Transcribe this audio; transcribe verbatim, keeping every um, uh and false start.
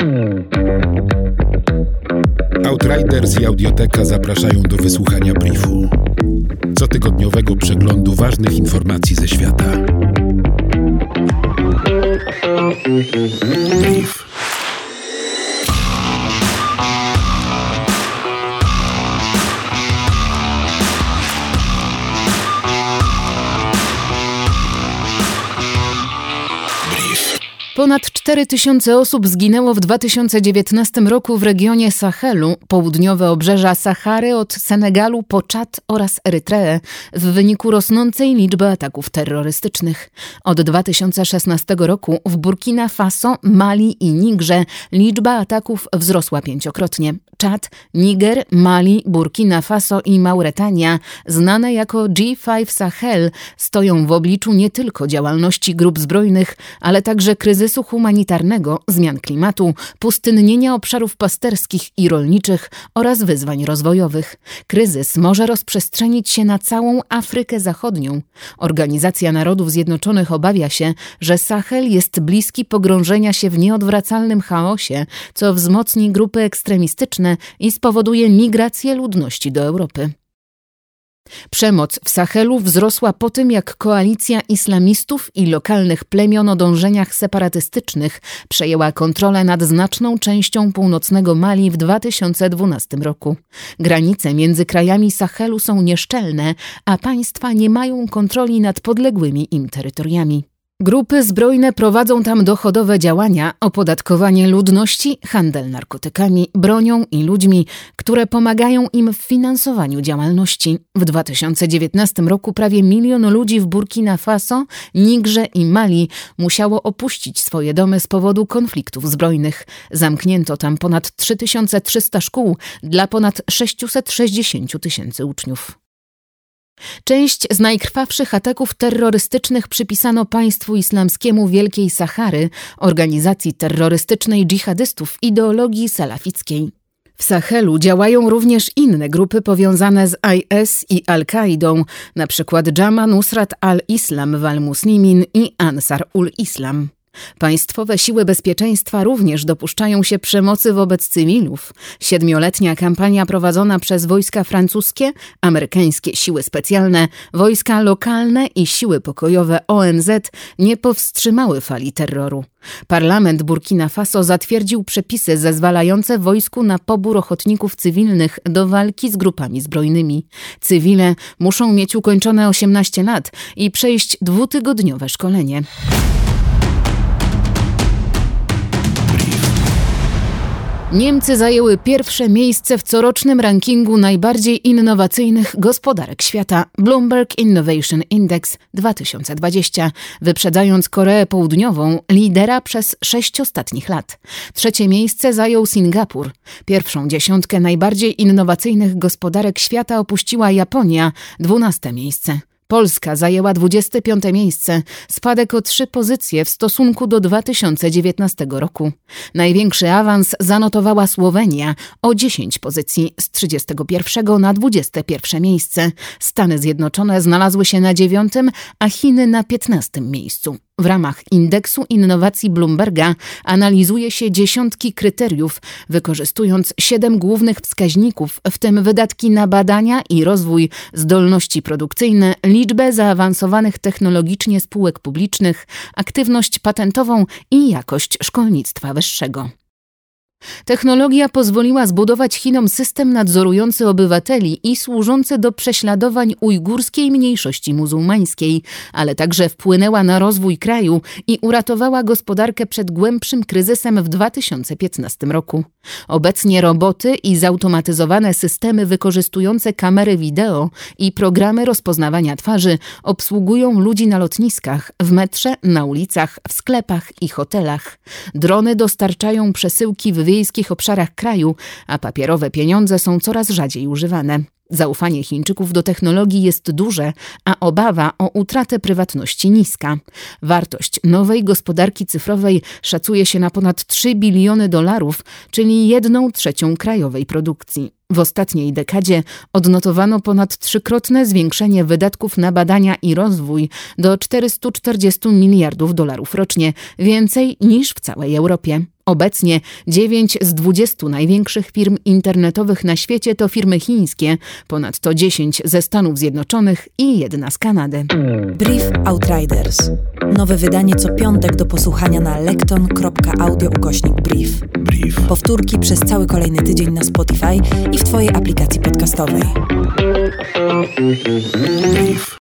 Outriders i Audioteka zapraszają do wysłuchania briefu. Cotygodniowego przeglądu ważnych informacji ze świata. Brief. Ponad cztery tysiące osób zginęło w dwa tysiące dziewiętnastym roku w regionie Sahelu, południowe obrzeża Sahary od Senegalu po Czad oraz Erytreę w wyniku rosnącej liczby ataków terrorystycznych. Od dwa tysiące szesnastego roku w Burkina Faso, Mali i Nigrze liczba ataków wzrosła pięciokrotnie. Czad, Niger, Mali, Burkina Faso i Mauretania, znane jako G pięć Sahel, stoją w obliczu nie tylko działalności grup zbrojnych, ale także kryzysu humanitarnego, zmian klimatu, pustynnienia obszarów pasterskich i rolniczych oraz wyzwań rozwojowych. Kryzys może rozprzestrzenić się na całą Afrykę Zachodnią. Organizacja Narodów Zjednoczonych obawia się, że Sahel jest bliski pogrążenia się w nieodwracalnym chaosie, co wzmocni grupy ekstremistyczne i spowoduje migrację ludności do Europy. Przemoc w Sahelu wzrosła po tym, jak koalicja islamistów i lokalnych plemion o dążeniach separatystycznych przejęła kontrolę nad znaczną częścią północnego Mali w dwa tysiące dwunastym roku. Granice między krajami Sahelu są nieszczelne, a państwa nie mają kontroli nad podległymi im terytoriami. Grupy zbrojne prowadzą tam dochodowe działania, opodatkowanie ludności, handel narkotykami, bronią i ludźmi, które pomagają im w finansowaniu działalności. W dwa tysiące dziewiętnastym roku prawie milion ludzi w Burkina Faso, Nigrze i Mali musiało opuścić swoje domy z powodu konfliktów zbrojnych. Zamknięto tam ponad trzy tysiące trzysta szkół dla ponad sześćset sześćdziesiąt tysięcy uczniów. Część z najkrwawszych ataków terrorystycznych przypisano państwu islamskiemu Wielkiej Sahary, organizacji terrorystycznej dżihadystów ideologii salafickiej. W Sahelu działają również inne grupy powiązane z I S i Al-Kaidą, np. Jama Nusrat al-Islam wal-Muslimin i Ansar ul-Islam. Państwowe siły bezpieczeństwa również dopuszczają się przemocy wobec cywilów. Siedmioletnia kampania prowadzona przez wojska francuskie, amerykańskie siły specjalne, wojska lokalne i siły pokojowe O N Z nie powstrzymały fali terroru. Parlament Burkina Faso zatwierdził przepisy zezwalające wojsku na pobór ochotników cywilnych do walki z grupami zbrojnymi. Cywile muszą mieć ukończone osiemnaście lat i przejść dwutygodniowe szkolenie. Niemcy zajęły pierwsze miejsce w corocznym rankingu najbardziej innowacyjnych gospodarek świata Bloomberg Innovation Index dwa tysiące dwadzieścia, wyprzedzając Koreę Południową, lidera przez sześć ostatnich lat. Trzecie miejsce zajął Singapur. Pierwszą dziesiątkę najbardziej innowacyjnych gospodarek świata opuściła Japonia, dwunaste miejsce. Polska zajęła dwudzieste piąte miejsce, spadek o trzy pozycje w stosunku do dwa tysiące dziewiętnastego roku. Największy awans zanotowała Słowenia o dziesięć pozycji z trzydziestego pierwszego na dwudzieste pierwsze miejsce. Stany Zjednoczone znalazły się na dziewiątym, a Chiny na piętnastym miejscu. W ramach indeksu innowacji Bloomberga analizuje się dziesiątki kryteriów, wykorzystując siedem głównych wskaźników, w tym wydatki na badania i rozwój, zdolności produkcyjne, liczbę zaawansowanych technologicznie spółek publicznych, aktywność patentową i jakość szkolnictwa wyższego. Technologia pozwoliła zbudować Chinom system nadzorujący obywateli i służący do prześladowań ujgurskiej mniejszości muzułmańskiej, ale także wpłynęła na rozwój kraju i uratowała gospodarkę przed głębszym kryzysem w dwa tysiące piętnastym roku. Obecnie roboty i zautomatyzowane systemy wykorzystujące kamery wideo i programy rozpoznawania twarzy obsługują ludzi na lotniskach, w metrze, na ulicach, w sklepach i hotelach. Drony dostarczają przesyłki w wiejskich obszarach kraju, a papierowe pieniądze są coraz rzadziej używane. Zaufanie Chińczyków do technologii jest duże, a obawa o utratę prywatności niska. Wartość nowej gospodarki cyfrowej szacuje się na ponad trzy biliony dolarów, czyli jedną trzecią krajowej produkcji. W ostatniej dekadzie odnotowano ponad trzykrotne zwiększenie wydatków na badania i rozwój do czterysta czterdzieści miliardów dolarów rocznie, więcej niż w całej Europie. Obecnie dziewięć z dwudziestu największych firm internetowych na świecie to firmy chińskie, ponadto dziesięć ze Stanów Zjednoczonych i jedna z Kanady. Brief Outriders. Nowe wydanie co piątek do posłuchania na lekton kropka audio ukośnik brief. Brief. Powtórki przez cały kolejny tydzień na Spotify i w Twojej aplikacji podcastowej. Brief.